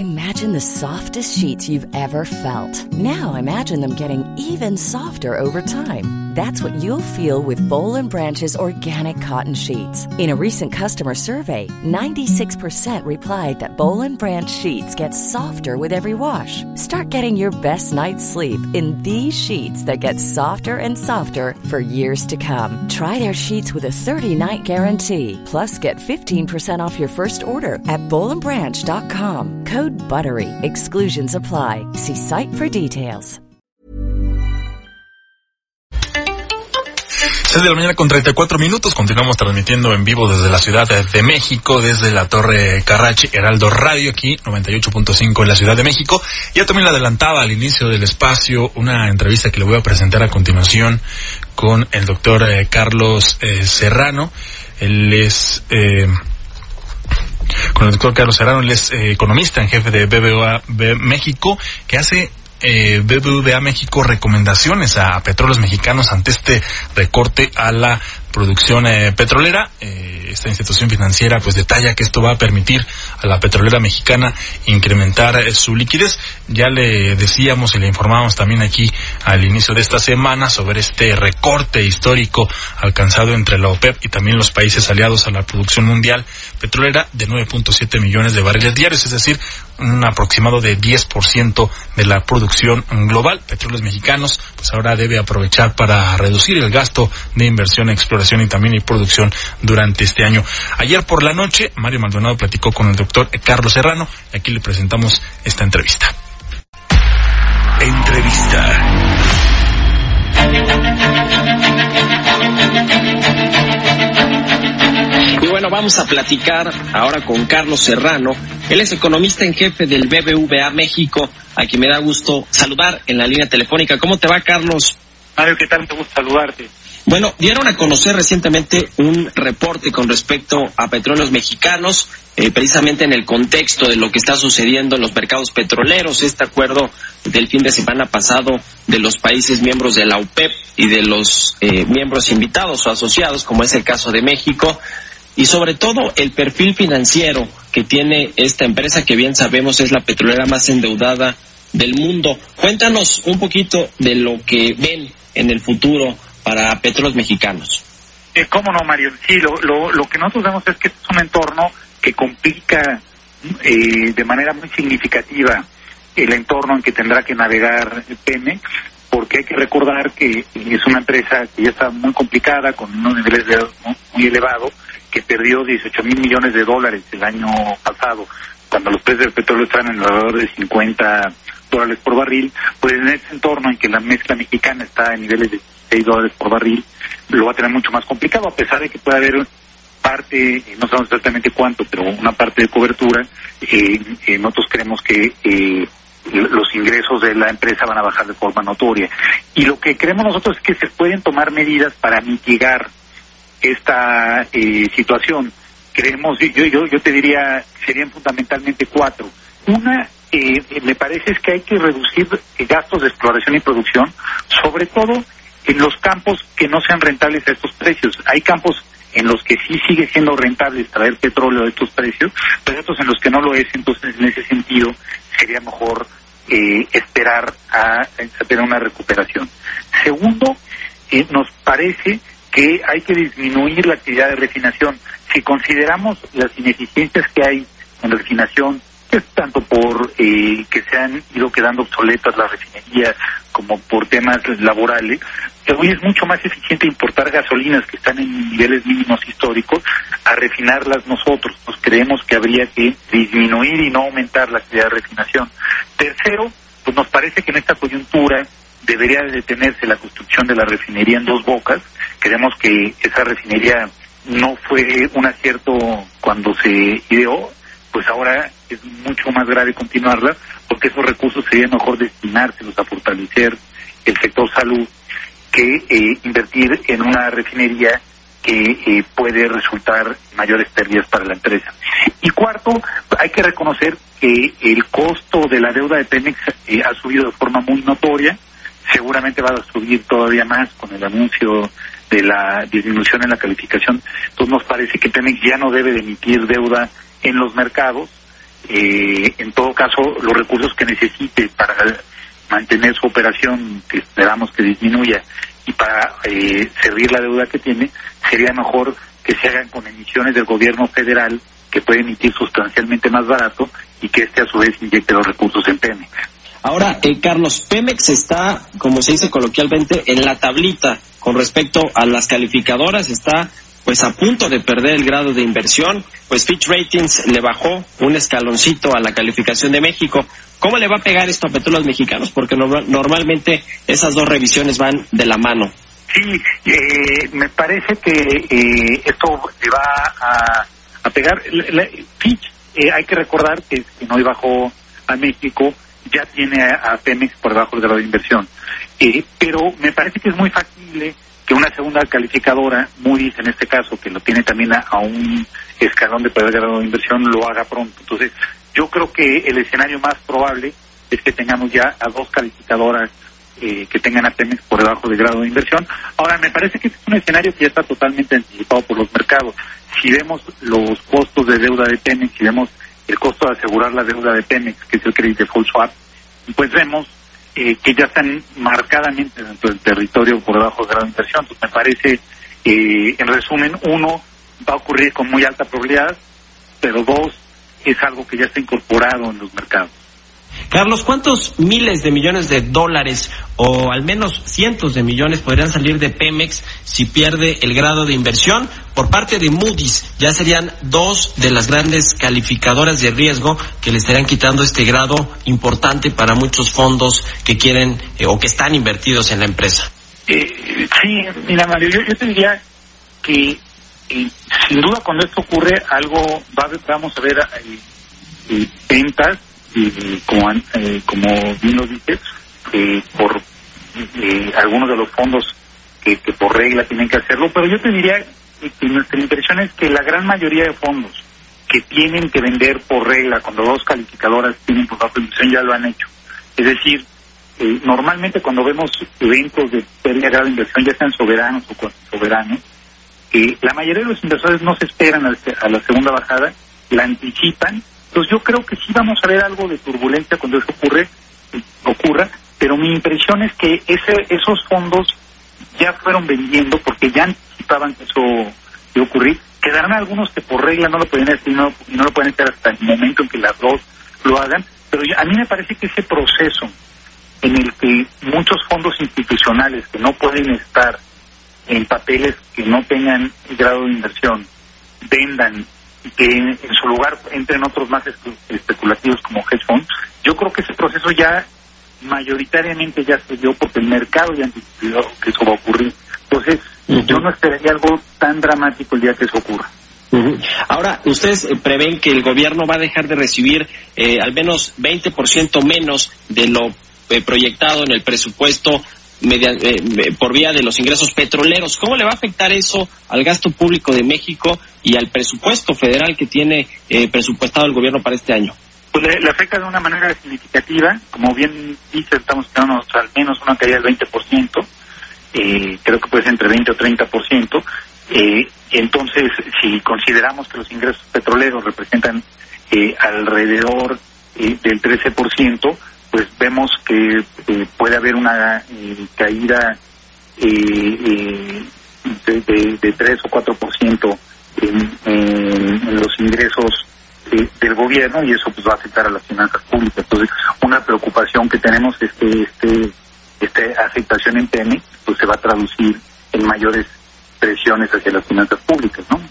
Imagine the softest sheets you've ever felt. Now imagine them getting even softer over time. That's what you'll feel with Boll & Branch's organic cotton sheets. In a recent customer survey, 96% replied that Boll & Branch sheets get softer with every wash. Start getting your best night's sleep in these sheets that get softer and softer for years to come. Try their sheets with a 30-night guarantee. Plus, get 15% off your first order at bollandbranch.com. Code BUTTERY. Exclusions apply. See site for details. 6 de la mañana con 34 minutos. Continuamos transmitiendo en vivo desde la Ciudad de México, desde la Torre Carrachi, Heraldo Radio, aquí 98.5 en la Ciudad de México. Ya también le adelantaba al inicio del espacio una entrevista que le voy a presentar a continuación con el doctor Carlos Serrano. Él es... con el doctor Carlos Serrano, él es economista en jefe de BBVA México, que hace BBVA México recomendaciones a petróleos mexicanos ante este recorte a la producción petrolera. Esta institución financiera pues detalla que esto va a permitir a la petrolera mexicana incrementar su liquidez. Ya le decíamos y le informábamos también aquí al inicio de esta semana sobre este recorte histórico alcanzado entre la OPEP y también los países aliados a la producción mundial petrolera de 9.7 millones de barriles diarios, es decir, un aproximado de 10% de la producción global. Petróleos Mexicanos pues ahora debe aprovechar para reducir el gasto de inversión, exploración y también producción durante este año. Ayer por la noche, Mario Maldonado platicó con el doctor Carlos Serrano y aquí le presentamos esta entrevista. Entrevista. Y bueno, vamos a platicar ahora con Carlos Serrano. Él es economista en jefe del BBVA México, a quien me da gusto saludar en la línea telefónica. ¿Cómo te va, Carlos? Mario, ¿qué tal? Me gusta saludarte. Bueno, dieron a conocer recientemente un reporte con respecto a petróleos mexicanos, precisamente en el contexto de lo que está sucediendo en los mercados petroleros, este acuerdo del fin de semana pasado de los países miembros de la OPEP y de los miembros invitados o asociados, como es el caso de México, y sobre todo el perfil financiero que tiene esta empresa, que bien sabemos es la petrolera más endeudada del mundo. Cuéntanos un poquito de lo que ven en el futuro para petróleos mexicanos. ¿Cómo no, Mario? Sí, lo que nosotros vemos es que es un entorno que complica de manera muy significativa el entorno en que tendrá que navegar Pemex, porque hay que recordar que es una empresa que ya está muy complicada, con unos niveles de muy elevados, que perdió 18,000 millones de dólares el año pasado, cuando los precios del petróleo están en alrededor de $50 por barril. Pues en ese entorno en que la mezcla mexicana está en niveles de $6 por barril, lo va a tener mucho más complicado, a pesar de que puede haber parte, no sabemos exactamente cuánto, pero una parte de cobertura. Nosotros creemos que los ingresos de la empresa van a bajar de forma notoria. Y lo que creemos nosotros es que se pueden tomar medidas para mitigar esta situación. Creemos, yo te diría, serían fundamentalmente 4. Una, me parece es que hay que reducir gastos de exploración y producción, sobre todo en los campos que no sean rentables a estos precios. Hay campos en los que sí sigue siendo rentable extraer petróleo a estos precios, pero otros en los que no lo es. Entonces, en ese sentido, sería mejor esperar a tener una recuperación. Segundo, nos parece que hay que disminuir la actividad de refinación. Si consideramos las ineficiencias que hay en refinación, tanto por que se han ido quedando obsoletas las refinerías como por temas laborales, que hoy es mucho más eficiente importar gasolinas que están en niveles mínimos históricos a refinarlas nosotros. Pues creemos que habría que disminuir y no aumentar la actividad de refinación. Tercero, pues nos parece que en esta coyuntura debería detenerse la construcción de la refinería en Dos Bocas. Creemos que esa refinería no fue un acierto cuando se ideó, pues ahora es mucho más grave continuarla, porque esos recursos serían mejor destinárselos a fortalecer el sector salud que invertir en una refinería que puede resultar mayores pérdidas para la empresa. Y cuarto, hay que reconocer que el costo de la deuda de Pemex ha subido de forma muy notoria. Seguramente va a subir todavía más con el anuncio de la disminución en la calificación. Entonces nos parece que Pemex ya no debe de emitir deuda en los mercados en todo caso, los recursos que necesite para mantener su operación, que esperamos que disminuya, y para servir la deuda que tiene, sería mejor que se hagan con emisiones del gobierno federal, que puede emitir sustancialmente más barato, y que a su vez inyecte los recursos en Pemex. Ahora, Carlos, Pemex está, como se dice coloquialmente, en la tablita con respecto a las calificadoras, está pues a punto de perder el grado de inversión, pues Fitch Ratings le bajó un escaloncito a la calificación de México. ¿Cómo le va a pegar esto a Petróleos Mexicanos? Porque normalmente esas dos revisiones van de la mano. Sí, me parece que esto le va a pegar. Fitch, hay que recordar que no bajó a México, ya tiene a Pemex por debajo del grado de inversión. Pero me parece que es muy factible que una segunda calificadora, Moody's en este caso, que lo tiene también a un escalón de perder grado de inversión, lo haga pronto. Entonces, yo creo que el escenario más probable es que tengamos ya a dos calificadoras que tengan a Pemex por debajo del grado de inversión. Ahora, me parece que es un escenario que ya está totalmente anticipado por los mercados. Si vemos los costos de deuda de Pemex, si vemos el costo de asegurar la deuda de Pemex, que es el credit default swap, pues vemos que ya están marcadamente dentro del territorio por debajo del grado de inversión. Entonces, me parece, en resumen, uno, va a ocurrir con muy alta probabilidad, pero dos, es algo que ya está incorporado en los mercados. Carlos, ¿cuántos miles de millones de dólares o al menos cientos de millones podrían salir de Pemex si pierde el grado de inversión? Por parte de Moody's, ya serían dos de las grandes calificadoras de riesgo que le estarían quitando este grado importante para muchos fondos que quieren o que están invertidos en la empresa. Sí, mira, Mario, yo te diría que sin duda cuando esto ocurre, vamos a ver ventas, como bien lo dices, por algunos de los fondos que por regla tienen que hacerlo, pero yo te diría que nuestra impresión es que la gran mayoría de fondos que tienen que vender por regla, cuando dos calificadoras tienen por bajo inversión, ya lo han hecho. Es decir, normalmente cuando vemos eventos de pérdida de grado de inversión, ya sean soberanos o cuasi soberanos, la mayoría de los inversores no se esperan a la segunda bajada, la anticipan. Entonces yo creo que sí vamos a ver algo de turbulencia cuando eso ocurra, pero mi impresión es que esos fondos ya fueron vendiendo porque ya anticipaban que eso iba a ocurrir. Quedarán algunos que por regla no lo pueden hacer y no lo pueden hacer hasta el momento en que las dos lo hagan, pero a mí me parece que ese proceso en el que muchos fondos institucionales que no pueden estar en papeles que no tengan grado de inversión vendan y que en su lugar entren otros más especulativos como hedge funds, yo creo que ese proceso ya mayoritariamente ya se dio porque el mercado ya anticipó que eso va a ocurrir. Entonces, yo no esperaría algo tan dramático el día que eso ocurra. Ahora, ¿ustedes prevén que el gobierno va a dejar de recibir al menos 20% menos de lo proyectado en el presupuesto por vía de los ingresos petroleros? ¿Cómo le va a afectar eso al gasto público de México y al presupuesto federal que tiene presupuestado el gobierno para este año? Pues le afecta de una manera significativa. Como bien dice, estamos esperando al menos una caída del 20%. Creo que puede ser entre 20 o 30%. Entonces, si consideramos que los ingresos petroleros representan alrededor del 13%, pues vemos que puede haber una caída de 3 o 4% en los ingresos del gobierno, y eso pues va a afectar a las finanzas públicas. Entonces, una preocupación que tenemos es que esta afectación en Pemex pues se va a traducir en mayores presiones hacia las finanzas públicas, ¿no?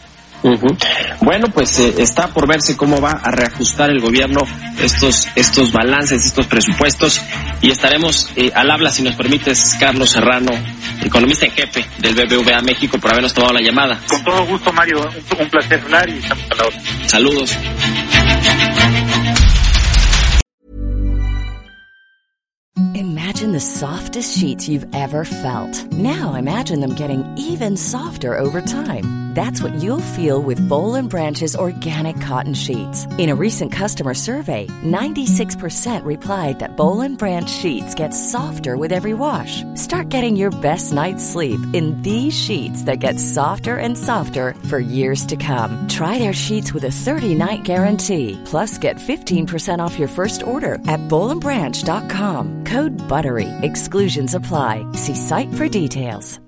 Bueno, pues está por verse cómo va a reajustar el gobierno estos balances, estos presupuestos, y estaremos al habla, si nos permites, Carlos Serrano, economista en jefe del BBVA México, por habernos tomado la llamada. Con todo gusto, Mario, un placer hablar y estamos a la hora. Saludos. Imagine the softest sheets you've ever felt. Now imagine them getting even softer over time. That's what you'll feel with Boll & Branch's organic cotton sheets. In a recent customer survey, 96% replied that Boll & Branch sheets get softer with every wash. Start getting your best night's sleep in these sheets that get softer and softer for years to come. Try their sheets with a 30-night guarantee. Plus, get 15% off your first order at bollandbranch.com. Code BUTTERY. Exclusions apply. See site for details.